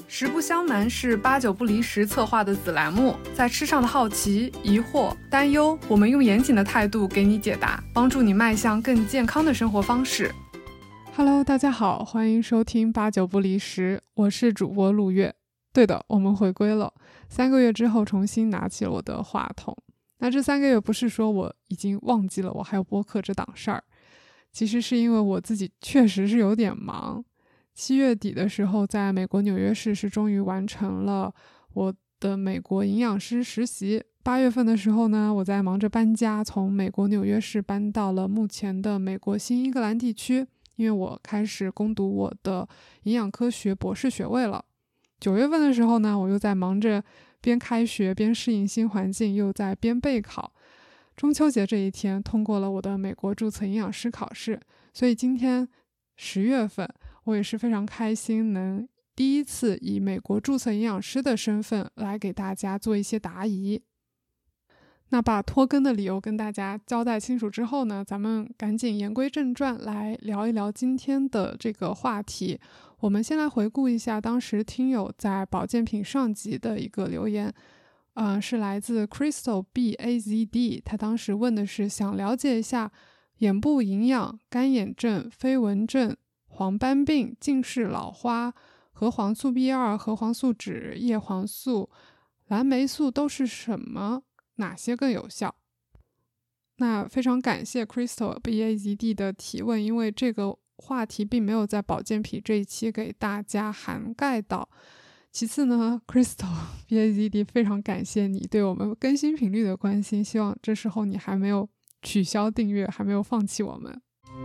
实不相瞒，是八九不离十策划的子栏目，在吃上的好奇、疑惑、担忧，我们用严谨的态度给你解答，帮助你迈向更健康的生活方式。Hello， 大家好，欢迎收听八九不离十，我是主播陆月。对的，我们回归了，3个月之后重新拿起了我的话筒。那这3个月不是说我已经忘记了我还有播客这档事儿，其实是因为我自己确实是有点忙。7月底的时候，在美国纽约市是终于完成了我的美国营养师实习。8月份的时候呢，我在忙着搬家，从美国纽约市搬到了目前的美国新英格兰地区，因为我开始攻读我的营养科学博士学位了。9月份的时候呢，我又在忙着边开学边适应新环境，又在边备考。中秋节这一天通过了我的美国注册营养师考试，所以今天10月份我也是非常开心，能第一次以美国注册营养师的身份来给大家做一些答疑。那把拖更的理由跟大家交代清楚之后呢，咱们赶紧言归正传，来聊一聊今天的这个话题。我们先来回顾一下当时听友在保健品上集的一个留言，是来自 Crystal BAZD， 他当时问的是想了解一下眼部营养、干眼症、飞蚊症、黄斑病、近视、老花、核黄素 B2、核黄素酯、叶黄素、蓝莓素都是什么？哪些更有效？那非常感谢 Crystal BAZD 的提问，因为这个话题并没有在保健品这一期给大家涵盖到。其次呢 Crystal BAZD 非常感谢你对我们更新频率的关心，希望这时候你还没有取消订阅，还没有放弃我们。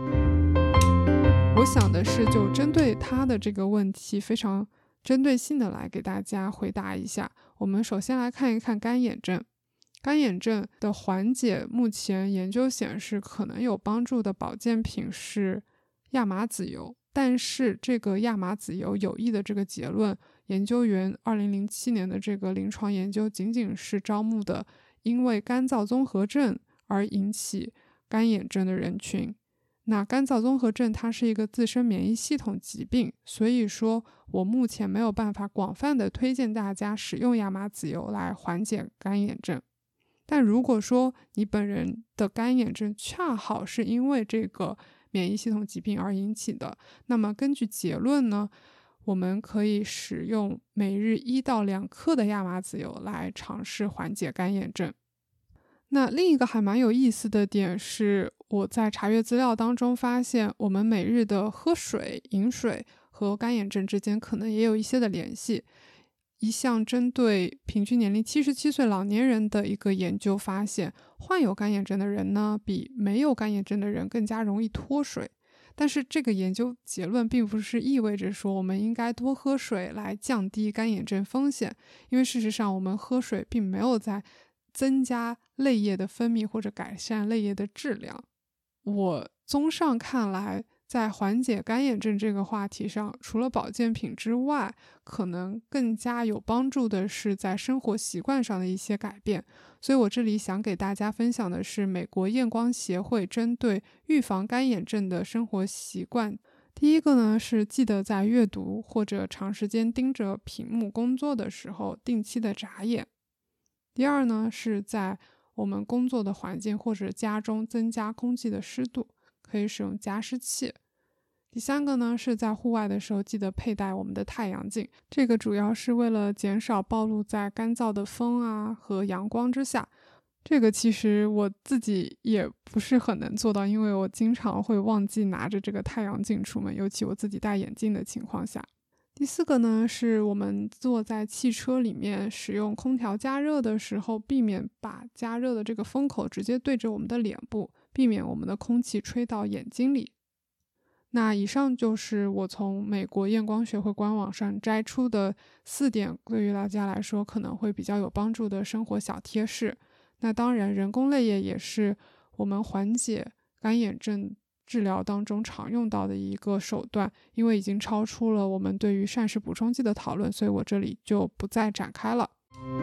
我想的是就针对他的这个问题非常针对性的来给大家回答一下。我们首先来看一看干眼症。干眼症的缓解，目前研究显示可能有帮助的保健品是亚麻籽油，但是这个亚麻籽油有益的这个结论，研究员2007年的这个临床研究仅仅是招募的因为干燥综合症而引起干眼症的人群。那干燥综合症它是一个自身免疫系统疾病，所以说我目前没有办法广泛的推荐大家使用亚麻籽油来缓解干眼症。但如果说你本人的干眼症恰好是因为这个免疫系统疾病而引起的，那么根据结论呢，我们可以使用每日1到2克的亚麻籽油来尝试缓解干眼症。那另一个还蛮有意思的点是，我在查阅资料当中发现，我们每日的喝水、饮水和干眼症之间可能也有一些的联系。一项针对平均年龄77岁老年人的一个研究发现，患有干眼症的人呢，比没有干眼症的人更加容易脱水。但是这个研究结论并不是意味着说我们应该多喝水来降低干眼症风险，因为事实上我们喝水并没有在增加泪液的分泌或者改善泪液的质量。我综上看来，在缓解干眼症这个话题上，除了保健品之外，可能更加有帮助的是在生活习惯上的一些改变。所以我这里想给大家分享的是美国验光协会针对预防干眼症的生活习惯。第一个呢，是记得在阅读或者长时间盯着屏幕工作的时候定期的眨眼。第二呢，是在我们工作的环境或者家中增加空气的湿度，可以使用加湿器。第三个呢，是在户外的时候记得佩戴我们的太阳镜，这个主要是为了减少暴露在干燥的风和阳光之下。这个其实我自己也不是很能做到，因为我经常会忘记拿着这个太阳镜出门，尤其我自己戴眼镜的情况下。第四个呢，是我们坐在汽车里面使用空调加热的时候，避免把加热的这个风口直接对着我们的脸部，避免我们的空气吹到眼睛里。那以上就是我从美国验光学会官网上摘出的4点，对于大家来说可能会比较有帮助的生活小贴士。那当然，人工泪液也是我们缓解干眼症治疗当中常用到的一个手段，因为已经超出了我们对于膳食补充剂的讨论，所以我这里就不再展开了。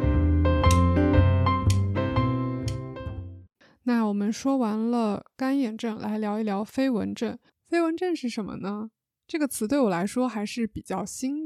那我们说完了干眼症，来聊一聊飞蚊症。飞蚊症是什么呢？这个词对我来说还是比较新的，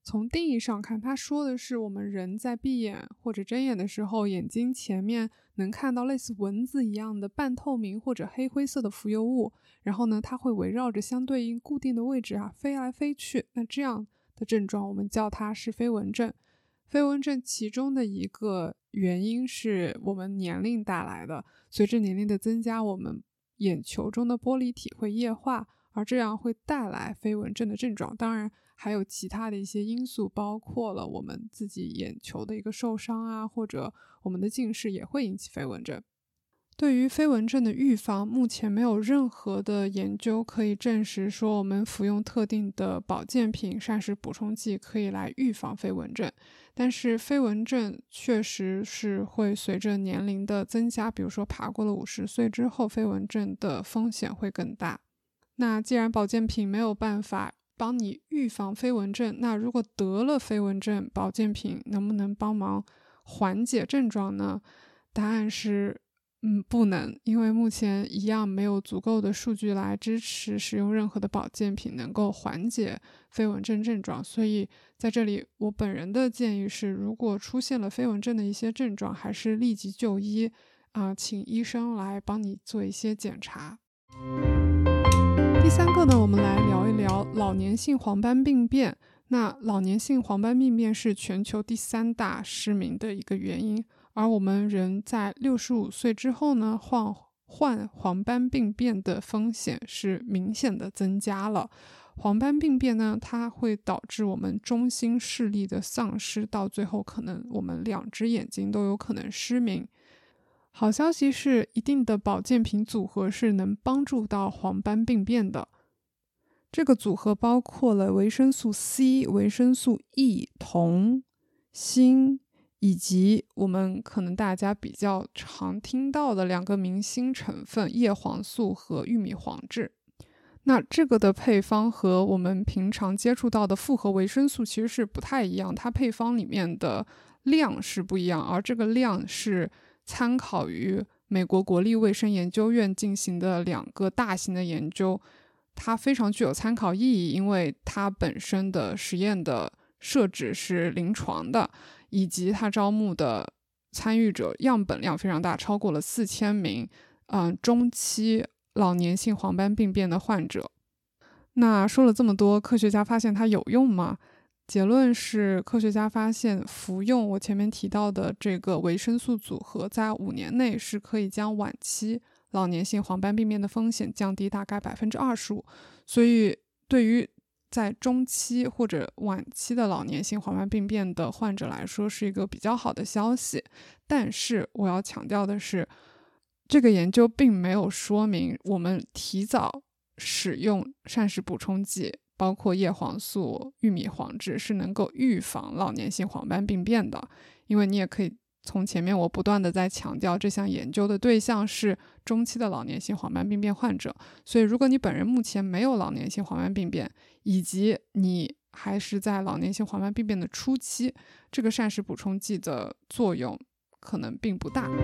从定义上看，它说的是我们人在闭眼或者睁眼的时候，眼睛前面能看到类似蚊子一样的半透明或者黑灰色的浮游物，然后呢，它会围绕着相对应固定的位置飞来飞去。那这样的症状我们叫它是飞蚊症。飞蚊症其中的一个原因是我们年龄带来的，随着年龄的增加，我们眼球中的玻璃体会液化，而这样会带来飞蚊症的症状。当然还有其他的一些因素，包括了我们自己眼球的一个受伤或者我们的近视也会引起飞蚊症。对于飞蚊症的预防，目前没有任何的研究可以证实说我们服用特定的保健品、膳食补充剂可以来预防飞蚊症。但是飞蚊症确实是会随着年龄的增加，比如说爬过了50岁之后，飞蚊症的风险会更大。那既然保健品没有办法帮你预防飞蚊症，那如果得了飞蚊症，保健品能不能帮忙缓解症状呢？答案是不能，因为目前一样没有足够的数据来支持使用任何的保健品能够缓解飞蚊症症状。所以在这里我本人的建议是，如果出现了飞蚊症的一些症状，还是立即就医请医生来帮你做一些检查。第三个呢，我们来聊一聊老年性黄斑病变。那老年性黄斑病变是全球第3大失明的一个原因，而我们人在65岁之后呢，患黄斑病变的风险是明显的增加了。黄斑病变呢，它会导致我们中心视力的丧失，到最后可能我们2只眼睛都有可能失明。好消息是，一定的保健品组合是能帮助到黄斑病变的。这个组合包括了维生素 C、维生素 E、铜、锌，以及我们可能大家比较常听到的2个明星成分叶黄素和玉米黄质。那这个的配方和我们平常接触到的复合维生素其实是不太一样，它配方里面的量是不一样，而这个量是参考于美国国立卫生研究院进行的2个大型的研究，它非常具有参考意义，因为它本身的实验的设置是临床的，以及它招募的参与者样本量非常大，超过了4000名中期老年性黄斑病变的患者。那说了这么多，科学家发现它有用吗？结论是，科学家发现服用我前面提到的这个维生素组合，在5年内是可以将晚期老年性黄斑病变的风险降低大概 25%。 所以对于在中期或者晚期的老年性黄斑病变的患者来说，是一个比较好的消息。但是我要强调的是，这个研究并没有说明我们提早使用膳食补充剂，包括叶黄素、玉米黄质，是能够预防老年性黄斑病变的。因为你也可以从前面我不断的在强调，这项研究的对象是中期的老年性黄斑病变患者，所以如果你本人目前没有老年性黄斑病变，以及你还是在老年性黄斑病变的初期，这个膳食补充剂的作用可能并不大。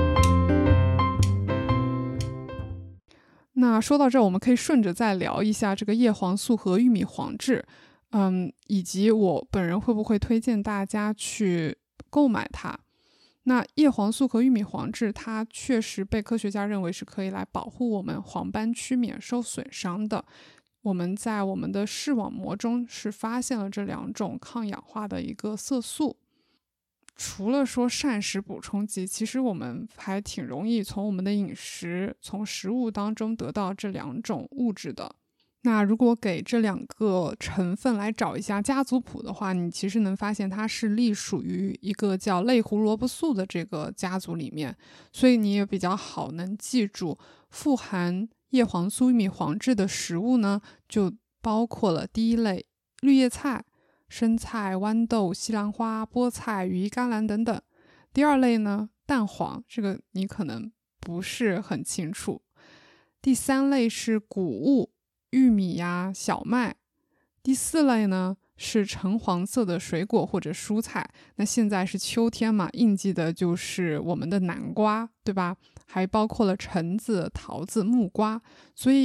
那说到这，我们可以顺着再聊一下这个叶黄素和玉米黄质，以及我本人会不会推荐大家去购买它。那叶黄素和玉米黄质，它确实被科学家认为是可以来保护我们黄斑区免受损伤的。我们在我们的视网膜中是发现了这2种抗氧化的一个色素。除了说膳食补充剂，其实我们还挺容易从我们的饮食、从食物当中得到这2种物质的。那如果给这2个成分来找一下家族谱的话，你其实能发现它是隶属于一个叫类胡萝卜素的这个家族里面，所以你也比较好能记住，富含叶黄素、玉米黄质的食物呢，就包括了第一类绿叶菜、生菜、豌豆、西兰花、菠菜、羽衣甘蓝等等。第2类呢，蛋黄，这个你可能不是很清楚。第3类是谷物，玉米小麦。第4类呢是橙黄色的水果或者蔬菜，那现在是秋天嘛，应季的就是我们的南瓜，对吧？还包括了橙子、桃子、木瓜。所以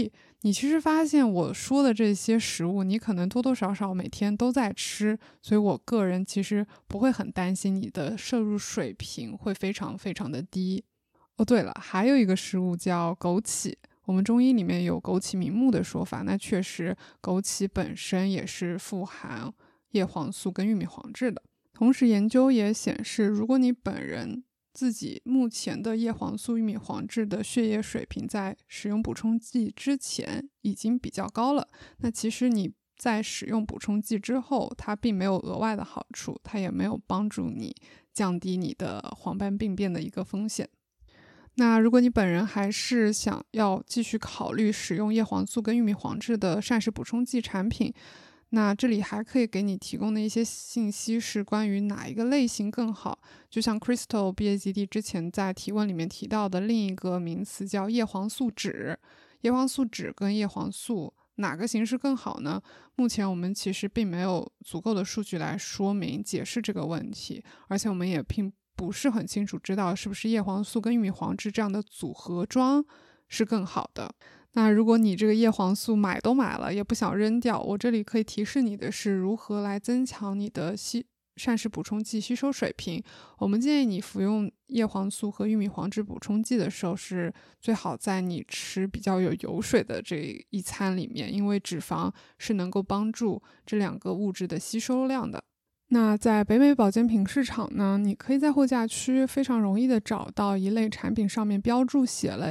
你其实发现我说的这些食物，你可能多多少少每天都在吃，所以我个人其实不会很担心你的摄入水平会非常非常的低。哦，对了，还有一个食物叫枸杞，我们中医里面有枸杞明目的说法，那确实枸杞本身也是富含叶黄素跟玉米黄质的。同时研究也显示，如果你本人自己目前的叶黄素、玉米黄质的血液水平在使用补充剂之前已经比较高了，那其实你在使用补充剂之后，它并没有额外的好处，它也没有帮助你降低你的黄斑病变的一个风险。那如果你本人还是想要继续考虑使用叶黄素跟玉米黄质的膳食补充剂产品，那这里还可以给你提供的一些信息是关于哪一个类型更好，就像 Crystal BAZD 之前在提问里面提到的另一个名词叫叶黄素酯。叶黄素酯跟叶黄素哪个形式更好呢？目前我们其实并没有足够的数据来说明解释这个问题，而且我们也并不是很清楚知道是不是叶黄素跟玉米黄质这样的组合装是更好的。那如果你这个叶黄素买都买了也不想扔掉，我这里可以提示你的是如何来增强你的膳食补充剂吸收水平。我们建议你服用叶黄素和玉米黄质补充剂的时候，是最好在你吃比较有油水的这一餐里面，因为脂肪是能够帮助这两个物质的吸收量的。那在北美保健品市场呢，你可以在货架区非常容易的找到一类产品上面标注写了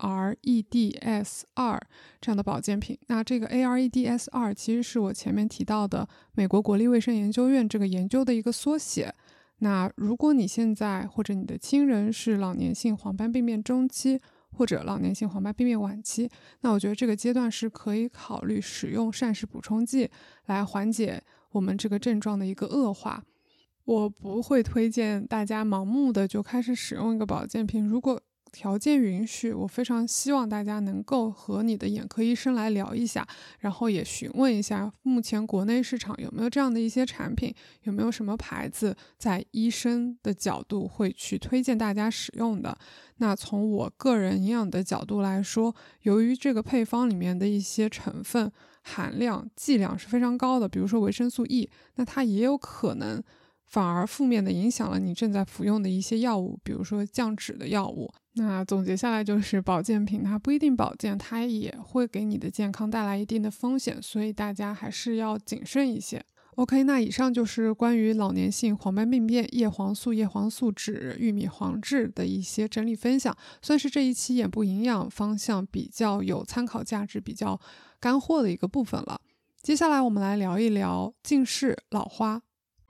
AREDS2 这样的保健品。那这个 AREDS2 其实是我前面提到的美国国立卫生研究院这个研究的一个缩写。那如果你现在或者你的亲人是老年性黄斑病变中期或者老年性黄斑病变晚期，那我觉得这个阶段是可以考虑使用膳食补充剂来缓解我们这个症状的一个恶化。我不会推荐大家盲目的就开始使用一个保健品，如果条件允许，我非常希望大家能够和你的眼科医生来聊一下，然后也询问一下目前国内市场有没有这样的一些产品，有没有什么牌子在医生的角度会去推荐大家使用的。那从我个人营养的角度来说，由于这个配方里面的一些成分含量剂量是非常高的，比如说维生素 E， 那它也有可能反而负面的影响了你正在服用的一些药物，比如说降脂的药物。那总结下来就是保健品它不一定保健，它也会给你的健康带来一定的风险，所以大家还是要谨慎一些。OK， 那以上就是关于老年性黄斑病变、叶黄素、叶黄素酯、玉米黄质的一些整理分享，算是这一期眼部营养方向比较有参考价值、比较干货的一个部分了。接下来我们来聊一聊近视、老花。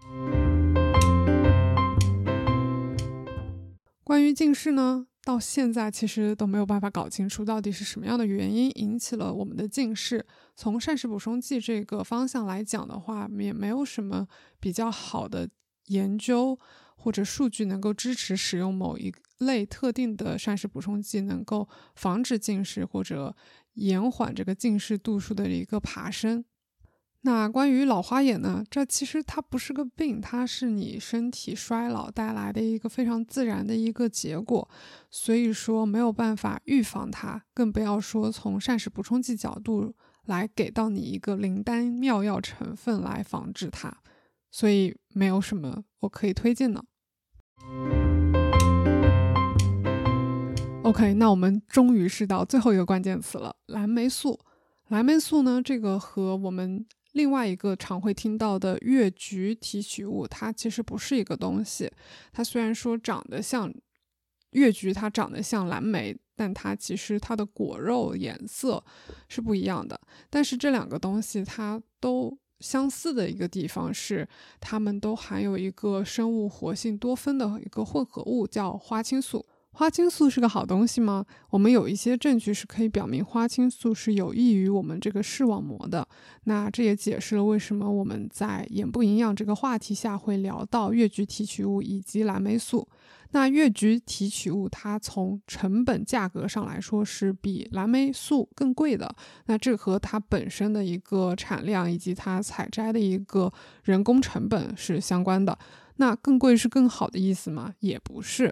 关于近视呢，到现在其实都没有办法搞清楚到底是什么样的原因引起了我们的近视。从膳食补充剂这个方向来讲的话，也没有什么比较好的研究或者数据能够支持使用某一类特定的膳食补充剂能够防止近视或者延缓这个近视度数的一个爬升。那关于老花眼呢，这其实它不是个病，它是你身体衰老带来的一个非常自然的一个结果，所以说没有办法预防它，更不要说从膳食补充剂角度来给到你一个灵丹妙药成分来防治它，所以没有什么我可以推荐的。OK， 那我们终于是到最后一个关键词了，蓝莓素。蓝莓素呢，这个和我们另外一个常会听到的越橘提取物，它其实不是一个东西。它虽然说长得像越橘，它长得像蓝莓，但它其实它的果肉颜色是不一样的。但是这两个东西它都相似的一个地方是，它们都含有一个生物活性多酚的一个混合物，叫花青素。花青素是个好东西吗？我们有一些证据是可以表明花青素是有益于我们这个视网膜的。那这也解释了为什么我们在眼部营养这个话题下会聊到越橘提取物以及蓝莓素。那越橘提取物它从成本价格上来说是比蓝莓素更贵的，那这和它本身的一个产量以及它采摘的一个人工成本是相关的。那更贵是更好的意思吗？也不是。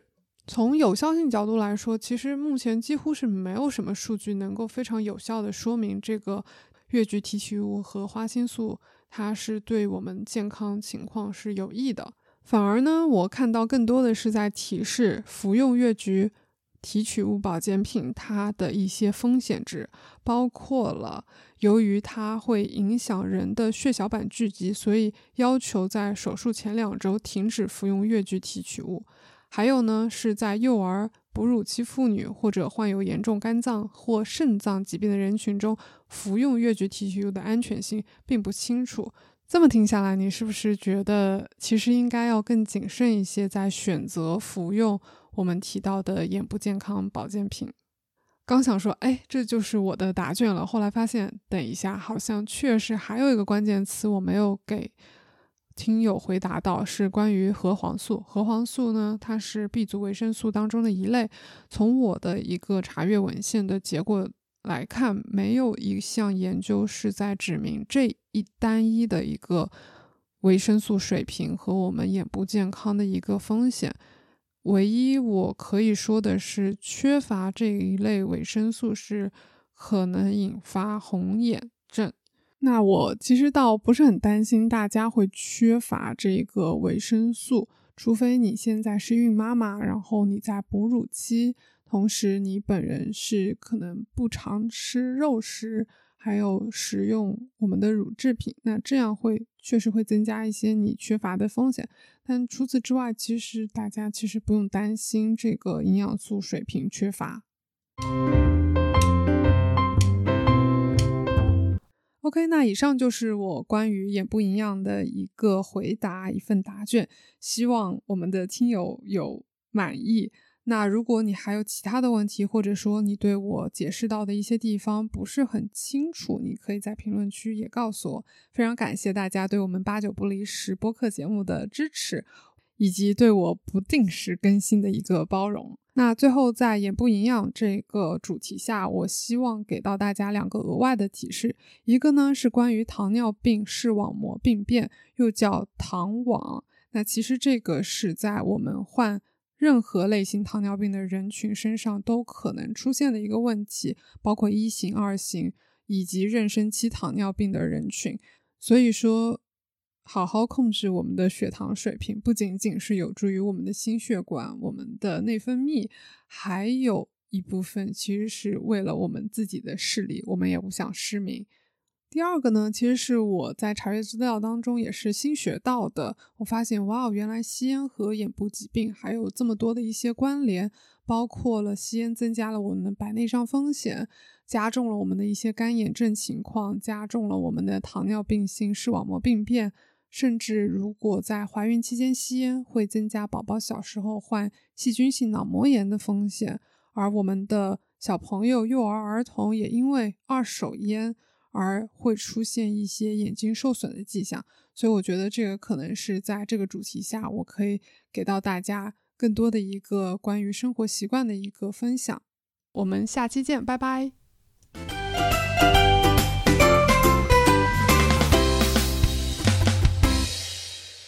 从有效性角度来说，其实目前几乎是没有什么数据能够非常有效的说明这个越橘提取物和花青素它是对我们健康情况是有益的。反而呢，我看到更多的是在提示服用越橘提取物保健品它的一些风险值，包括了由于它会影响人的血小板聚集，所以要求在手术前2周停止服用越橘提取物。还有呢，是在幼儿、哺乳期妇女或者患有严重肝脏或肾脏疾病的人群中，服用越橘提取物的安全性并不清楚。这么听下来，你是不是觉得其实应该要更谨慎一些，在选择服用我们提到的眼部健康保健品？刚想说，这就是我的答卷了，后来发现，等一下，好像确实还有一个关键词我没有给听友回答到，是关于核黄素。核黄素呢，它是 B 族维生素当中的一类。从我的一个查阅文献的结果来看，没有一项研究是在指明这一单一的一个维生素水平和我们眼部健康的一个风险。唯一我可以说的是，缺乏这一类维生素是可能引发红眼症。那我其实倒不是很担心大家会缺乏这个维生素，除非你现在是孕妈妈，然后你在哺乳期，同时你本人是可能不常吃肉食，还有食用我们的乳制品，那这样确实会增加一些你缺乏的风险。但除此之外，其实大家不用担心这个营养素水平缺乏。OK， 那以上就是我关于眼部营养的一个回答，一份答卷，希望我们的听友有满意。那如果你还有其他的问题，或者说你对我解释到的一些地方不是很清楚，你可以在评论区也告诉我。非常感谢大家对我们8-9不离10播客节目的支持，以及对我不定时更新的一个包容。那最后在眼部营养这个主题下，我希望给到大家2个额外的提示。一个呢是关于糖尿病视网膜病变，又叫糖网。那其实这个是在我们患任何类型糖尿病的人群身上都可能出现的一个问题，包括1型、2型以及妊娠期糖尿病的人群。所以说好好控制我们的血糖水平，不仅仅是有助于我们的心血管、我们的内分泌，还有一部分其实是为了我们自己的视力，我们也不想失明。第二个呢，其实是我在查阅资料当中也是新学到的，我发现原来吸烟和眼部疾病还有这么多的一些关联，包括了吸烟增加了我们的白内障风险，加重了我们的一些干眼症情况，加重了我们的糖尿病性视网膜病变，甚至如果在怀孕期间吸烟，会增加宝宝小时候患细菌性脑膜炎的风险。而我们的小朋友、幼儿、儿童也因为二手烟而会出现一些眼睛受损的迹象。所以我觉得这个可能是在这个主题下，我可以给到大家更多的一个关于生活习惯的一个分享。我们下期见，拜拜。